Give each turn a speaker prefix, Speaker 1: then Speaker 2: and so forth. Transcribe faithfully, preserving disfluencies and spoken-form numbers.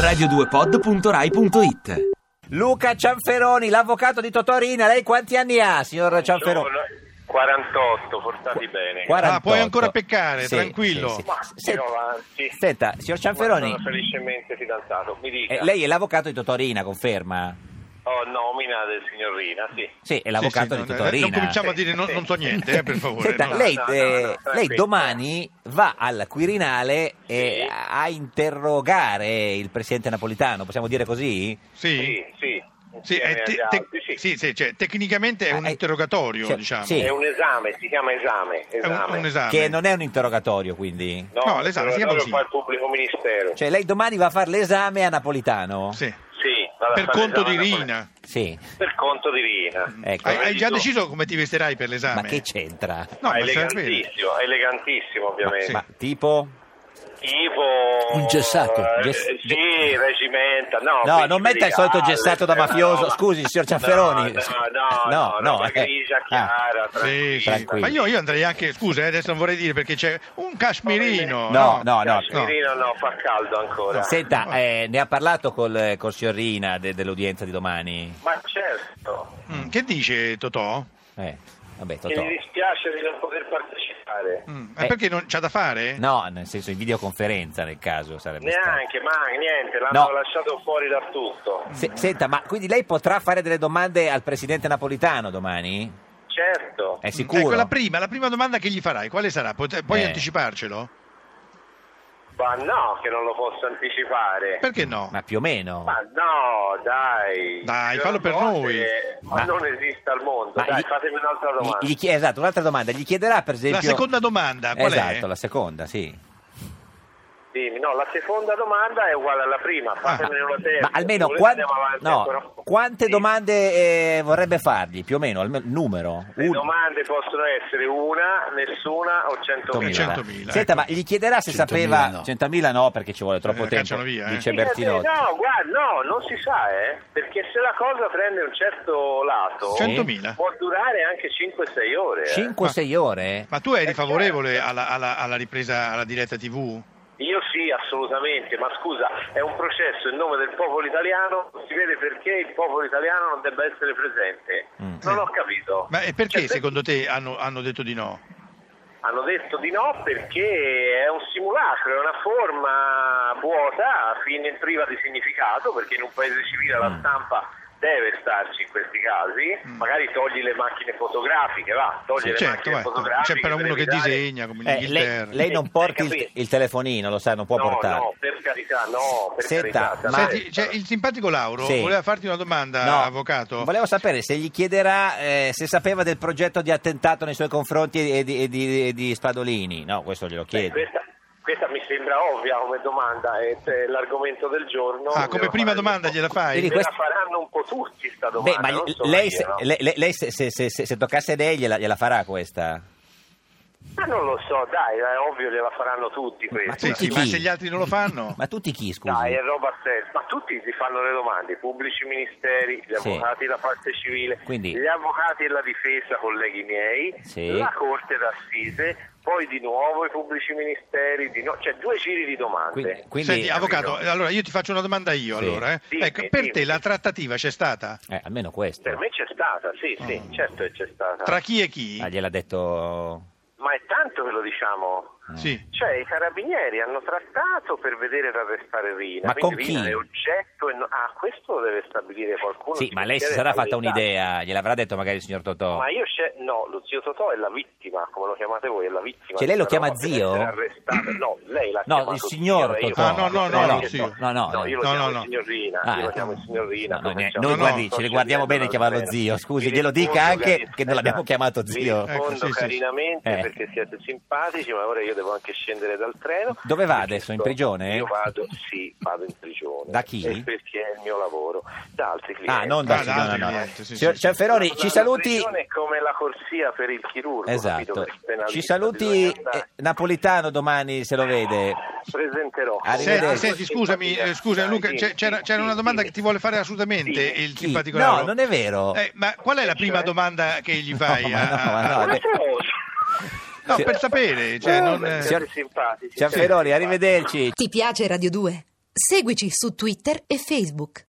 Speaker 1: radio due pod punto rai punto it.
Speaker 2: Luca Cianferoni, l'avvocato di Totò Riina. Lei quanti anni ha, signor Cianferoni?
Speaker 3: quarantotto, portati bene.
Speaker 2: quarantotto.
Speaker 4: Ah, puoi ancora peccare,
Speaker 2: Sì,
Speaker 4: tranquillo.
Speaker 2: sì, sì.
Speaker 3: Ma
Speaker 2: Senta,
Speaker 3: io avanti.
Speaker 2: senta, signor Cianferoni,
Speaker 3: Sono felicemente fidanzato. Mi dica.
Speaker 2: eh, lei è l'avvocato di Totò Riina, conferma?
Speaker 3: Ho nomina del signor Rina, sì.
Speaker 2: Sì, è l'avvocato
Speaker 4: Sì,
Speaker 2: di
Speaker 4: sì,
Speaker 2: Totò
Speaker 4: no,
Speaker 2: Riina.
Speaker 4: non cominciamo a dire non, non so niente, eh, per favore.
Speaker 2: Senta,
Speaker 4: no.
Speaker 2: lei,
Speaker 3: No, no,
Speaker 2: eh,
Speaker 3: no, no,
Speaker 2: lei
Speaker 3: tranquillo.
Speaker 2: domani va al Quirinale eh,
Speaker 3: Sì.
Speaker 2: a interrogare il presidente Napolitano, possiamo dire così?
Speaker 4: Sì?
Speaker 3: Sì, sì.
Speaker 4: Sì,
Speaker 3: insieme
Speaker 4: è te-
Speaker 3: agli
Speaker 4: te-
Speaker 3: altri, sì.
Speaker 4: sì, sì, cioè, tecnicamente è un
Speaker 2: Ah, eh,
Speaker 4: interrogatorio,
Speaker 2: cioè,
Speaker 4: diciamo.
Speaker 2: sì.
Speaker 3: È un esame, si chiama esame.
Speaker 4: È un,
Speaker 3: esame.
Speaker 4: un esame.
Speaker 2: Che non è un interrogatorio, quindi.
Speaker 3: No,
Speaker 4: No, l'esame si chiama
Speaker 3: lo
Speaker 4: così.
Speaker 3: fa il pubblico ministero.
Speaker 2: Cioè lei domani va a fare l'esame a Napolitano?
Speaker 4: Sì.
Speaker 3: Sì, vado a
Speaker 4: Per
Speaker 3: fare
Speaker 4: conto di
Speaker 3: l'esame,
Speaker 4: Rina.
Speaker 2: Sì.
Speaker 3: Per conto di Rina.
Speaker 2: Ecco.
Speaker 4: Hai, hai già
Speaker 3: Tu-
Speaker 4: deciso come ti vesterai per l'esame?
Speaker 2: Ma che c'entra?
Speaker 4: No,
Speaker 3: Ah,
Speaker 4: ma serve.
Speaker 3: elegantissimo, elegantissimo ovviamente.
Speaker 2: Ma tipo?
Speaker 3: Tipo
Speaker 5: Un gessato.
Speaker 3: eh,
Speaker 2: Gess-
Speaker 3: sì, regimenta. No,
Speaker 2: No, non
Speaker 3: principe
Speaker 2: metta il
Speaker 3: di
Speaker 2: solito
Speaker 3: Galles,
Speaker 2: gessato da
Speaker 3: eh,
Speaker 2: mafioso.
Speaker 3: no,
Speaker 2: Scusi, signor Cianferoni.
Speaker 3: No, no, no, no, roba
Speaker 2: eh.
Speaker 3: grigia
Speaker 2: Ah.
Speaker 3: chiara,
Speaker 4: Sì,
Speaker 3: tranquilla.
Speaker 4: sì.
Speaker 2: Tranquillo.
Speaker 4: Ma io, io andrei anche, scusa, eh, adesso non vorrei dire perché c'è un cashmirino.
Speaker 2: No, no, no.
Speaker 3: Cashmirino no, fa caldo ancora.
Speaker 2: Senta, eh, ne ha parlato col, col signor Rina de- dell'udienza di domani?
Speaker 3: Ma certo,
Speaker 4: Mm, che dice Totò?
Speaker 2: Eh, vabbè,
Speaker 3: che
Speaker 2: Totò.
Speaker 3: mi dispiace di non poter partecipare.
Speaker 4: Mm, ma
Speaker 2: Eh.
Speaker 4: perché non c'ha da fare?
Speaker 2: No, nel senso in videoconferenza nel caso sarebbe stato.
Speaker 3: Neanche, ma niente, l'hanno
Speaker 2: No.
Speaker 3: lasciato fuori da tutto.
Speaker 2: Se- senta, ma quindi lei potrà fare delle domande al presidente Napolitano domani?
Speaker 3: Certo.
Speaker 2: È sicuro?
Speaker 4: Ecco, la prima, la prima domanda che gli farai, quale sarà? Pot- puoi
Speaker 2: Eh.
Speaker 4: anticiparcelo?
Speaker 3: Ma no, che non lo posso anticipare.
Speaker 4: Perché no?
Speaker 2: Ma più o meno?
Speaker 3: Ma no, dai.
Speaker 4: Dai,
Speaker 3: Ci
Speaker 4: fallo
Speaker 3: sono
Speaker 4: per
Speaker 3: cose-
Speaker 4: noi.
Speaker 3: Ma,
Speaker 2: Ma-
Speaker 3: non esiste al mondo.
Speaker 2: Ma
Speaker 3: Dai,
Speaker 2: gli-
Speaker 3: fatemi un'altra domanda.
Speaker 2: Gli, gli chie- esatto, un'altra domanda. Gli chiederà per esempio...
Speaker 4: La seconda domanda, qual
Speaker 2: esatto,
Speaker 4: è?
Speaker 2: la seconda, sì.
Speaker 3: Dimmi, no, la seconda domanda è uguale alla prima. Fatemene una terza.
Speaker 2: Ma almeno
Speaker 3: Se volete
Speaker 2: quan-
Speaker 3: andiamo avanti
Speaker 2: no,
Speaker 3: ancora un po'.
Speaker 2: quante
Speaker 3: Sì.
Speaker 2: domande eh, vorrebbe fargli? Più o meno, almeno il numero?
Speaker 3: Le
Speaker 2: Un-
Speaker 3: domande possono essere una, nessuna o centomila.
Speaker 4: centomila,
Speaker 2: Senta,
Speaker 4: ecco.
Speaker 2: ma gli chiederà se
Speaker 5: centomila
Speaker 2: sapeva...
Speaker 5: no.
Speaker 2: centomila no, perché ci vuole troppo
Speaker 4: Eh,
Speaker 2: tempo.
Speaker 4: cacciano via, eh.
Speaker 2: Dice
Speaker 3: Sì,
Speaker 2: Bertinotti.
Speaker 3: eh, No, guarda, no, non si sa, eh, perché se la cosa prende un certo lato,
Speaker 4: centomila?
Speaker 3: può durare anche cinque sei ore. eh.
Speaker 2: cinque sei ore?
Speaker 4: Ma tu eri
Speaker 3: Eh,
Speaker 4: favorevole
Speaker 3: certo.
Speaker 4: alla, alla- alla ripresa, alla diretta tivù?
Speaker 3: Io sì, assolutamente, ma scusa, è un processo in nome del popolo italiano, si vede perché il popolo italiano non debba essere presente.
Speaker 2: Mm.
Speaker 3: Non ho capito.
Speaker 4: Ma e perché
Speaker 3: Cioè,
Speaker 4: secondo te hanno, hanno detto di no?
Speaker 3: Hanno detto di no perché è un simulacro, è una forma vuota, fine priva di significato, perché in un paese civile la stampa deve starci in questi casi, magari togli le macchine fotografiche, va, togli
Speaker 4: Sì,
Speaker 3: le
Speaker 4: certo,
Speaker 3: macchine
Speaker 4: vai.
Speaker 3: fotografiche.
Speaker 4: C'è però
Speaker 3: per
Speaker 4: uno che
Speaker 3: evitare-
Speaker 4: disegna come in
Speaker 2: Eh,
Speaker 4: Inghilterra.
Speaker 2: lei, lei non
Speaker 3: Sì,
Speaker 2: porti
Speaker 3: hai
Speaker 2: il,
Speaker 3: capito.
Speaker 2: il telefonino, lo sa, non può
Speaker 3: No,
Speaker 2: portare.
Speaker 3: no, per carità, no, per
Speaker 2: Senta,
Speaker 3: carità.
Speaker 2: ma-
Speaker 4: Senti, cioè, il simpatico Lauro
Speaker 2: Sì.
Speaker 4: voleva farti una domanda,
Speaker 2: No,
Speaker 4: avvocato.
Speaker 2: volevo sapere se gli chiederà eh, se sapeva del progetto di attentato nei suoi confronti e di, e di- e di Spadolini. No, questo glielo
Speaker 3: Beh,
Speaker 2: chiede.
Speaker 3: questa, questa mi sembra ovvia come domanda, è è l'argomento del giorno.
Speaker 4: Ah, come
Speaker 3: Devo
Speaker 4: prima
Speaker 3: fare-
Speaker 4: domanda gliela fai?
Speaker 2: Quindi
Speaker 3: Me
Speaker 2: questa-
Speaker 3: la faranno un po' tutti sta
Speaker 2: Beh,
Speaker 3: domanda.
Speaker 2: ma
Speaker 3: non
Speaker 2: gli-
Speaker 3: solo
Speaker 2: lei,
Speaker 3: io,
Speaker 2: se,
Speaker 3: no?
Speaker 2: lei- lei- lei se, se- se- se- se toccasse a lei gliela, gliela farà questa?
Speaker 3: Ma non lo so, dai, è ovvio gliela faranno tutti questa.
Speaker 4: Sì,
Speaker 2: tutti
Speaker 4: sì, ma
Speaker 2: chi?
Speaker 4: se gli altri non lo fanno?
Speaker 2: Ma tutti chi, scusi?
Speaker 3: Dai, è roba seria. Ma tutti si fanno le domande, i pubblici ministeri, gli
Speaker 2: Sì.
Speaker 3: avvocati della parte civile,
Speaker 2: Quindi-
Speaker 3: gli avvocati e la difesa, colleghi miei,
Speaker 2: Sì.
Speaker 3: la corte d'assise, poi di nuovo i pubblici ministeri, di no... cioè due giri di domande.
Speaker 2: Quindi, quindi-
Speaker 4: Senti, avvocato, allora io ti faccio una domanda io,
Speaker 2: Sì.
Speaker 4: allora. Eh.
Speaker 3: Dimmi,
Speaker 4: Ecco, per
Speaker 3: dimmi.
Speaker 4: te la trattativa c'è stata?
Speaker 2: eh, almeno questo.
Speaker 3: Per me c'è stata, sì, sì, certo che c'è stata.
Speaker 4: Tra chi e chi?
Speaker 2: Ah, gliel'ha detto...
Speaker 3: Ma è tanto che lo diciamo.
Speaker 4: Sì.
Speaker 3: Cioè i carabinieri hanno trattato per vedere ed arrestare Rina.
Speaker 2: Ma
Speaker 3: quindi
Speaker 2: con
Speaker 3: Rina
Speaker 2: chi?
Speaker 3: è oggetto e no- ah, questo lo deve stabilire qualcuno.
Speaker 2: Sì,
Speaker 3: di
Speaker 2: ma lei si
Speaker 3: mestiere
Speaker 2: sarà fatta
Speaker 3: abilitato.
Speaker 2: un'idea, gliel'avrà detto magari il signor Totò.
Speaker 3: Ma io sce- no, lo zio Totò è la vittima, come lo chiamate voi, è la vittima.
Speaker 2: Cioè, lei lo
Speaker 3: di una
Speaker 2: chiama
Speaker 3: roba per
Speaker 2: zio?
Speaker 3: essere arrestata. No, lei l'ha
Speaker 2: No,
Speaker 3: chiamato
Speaker 2: il signor
Speaker 3: zio e io-
Speaker 2: Totò.
Speaker 4: Ah, no, no, no,
Speaker 3: Lei
Speaker 4: no,
Speaker 3: che
Speaker 4: sì.
Speaker 3: so-
Speaker 2: No, no,
Speaker 3: no, io lo
Speaker 4: no,
Speaker 3: chiamo
Speaker 4: no,
Speaker 3: il
Speaker 4: no.
Speaker 3: signor Rina,
Speaker 2: Ah,
Speaker 3: io lo
Speaker 2: ecco.
Speaker 3: chiamo il signor Rina.
Speaker 2: No, noi,
Speaker 3: come
Speaker 2: ne-
Speaker 3: siamo-
Speaker 2: noi,
Speaker 4: no,
Speaker 2: guardi,
Speaker 4: sto
Speaker 2: ce le guardiamo bene
Speaker 3: scegliendo
Speaker 2: chiamarlo
Speaker 3: la
Speaker 2: zio.
Speaker 3: vera.
Speaker 2: Scusi,
Speaker 3: Vi
Speaker 2: glielo dica
Speaker 3: rispondo
Speaker 2: anche
Speaker 3: cari-
Speaker 2: che non l'abbiamo chiamato
Speaker 3: Vi
Speaker 2: zio.
Speaker 3: rispondo
Speaker 4: Ecco, sì, sì.
Speaker 3: carinamente
Speaker 2: Eh.
Speaker 3: perché siete simpatici, ma ora io devo anche scendere dal treno.
Speaker 2: Dove va
Speaker 3: Perché
Speaker 2: adesso? In
Speaker 3: sto-
Speaker 2: prigione?
Speaker 3: Io vado, sì, vado in prigione.
Speaker 2: Da chi?
Speaker 3: E perché è il mio lavoro. Da altri clienti.
Speaker 2: Ah, non da
Speaker 4: Ah,
Speaker 2: chi,
Speaker 4: da
Speaker 2: no,
Speaker 4: altri
Speaker 2: no, no.
Speaker 4: clienti, sì,
Speaker 2: Signor
Speaker 4: sì,
Speaker 2: Cianferoni,
Speaker 3: La-
Speaker 2: ci
Speaker 3: la
Speaker 2: saluti...
Speaker 3: prigione è come la corsia per il chirurgo.
Speaker 2: Esatto.
Speaker 3: capito? Per il penalista,
Speaker 2: Ci saluti
Speaker 3: bisogna andare.
Speaker 2: eh, Napolitano domani se lo vede.
Speaker 3: Presenterò.
Speaker 2: Arrivederci.
Speaker 4: Senti, senti, scusami, eh, scusa
Speaker 3: Dai,
Speaker 4: Luca,
Speaker 3: dimmi,
Speaker 4: c'è- c'era,
Speaker 3: sì,
Speaker 4: c'era
Speaker 3: sì,
Speaker 4: una domanda
Speaker 3: sì.
Speaker 4: che ti vuole fare assolutamente
Speaker 3: Sì.
Speaker 4: il
Speaker 2: Chi?
Speaker 4: simpatico
Speaker 2: No,
Speaker 4: Lauro.
Speaker 2: non è vero.
Speaker 4: Eh, ma qual è la prima
Speaker 3: Cioè?
Speaker 4: domanda che gli fai?
Speaker 2: No, ma
Speaker 4: a-
Speaker 2: no, ma no,
Speaker 4: a-
Speaker 3: Ma
Speaker 2: beh.
Speaker 3: cosa?
Speaker 4: no, per sapere, cioè, non, eh,
Speaker 3: Siete simpatici.
Speaker 2: Cianferoni, arrivederci.
Speaker 6: Ti piace Radio due?
Speaker 5: Seguici su Twitter e Facebook.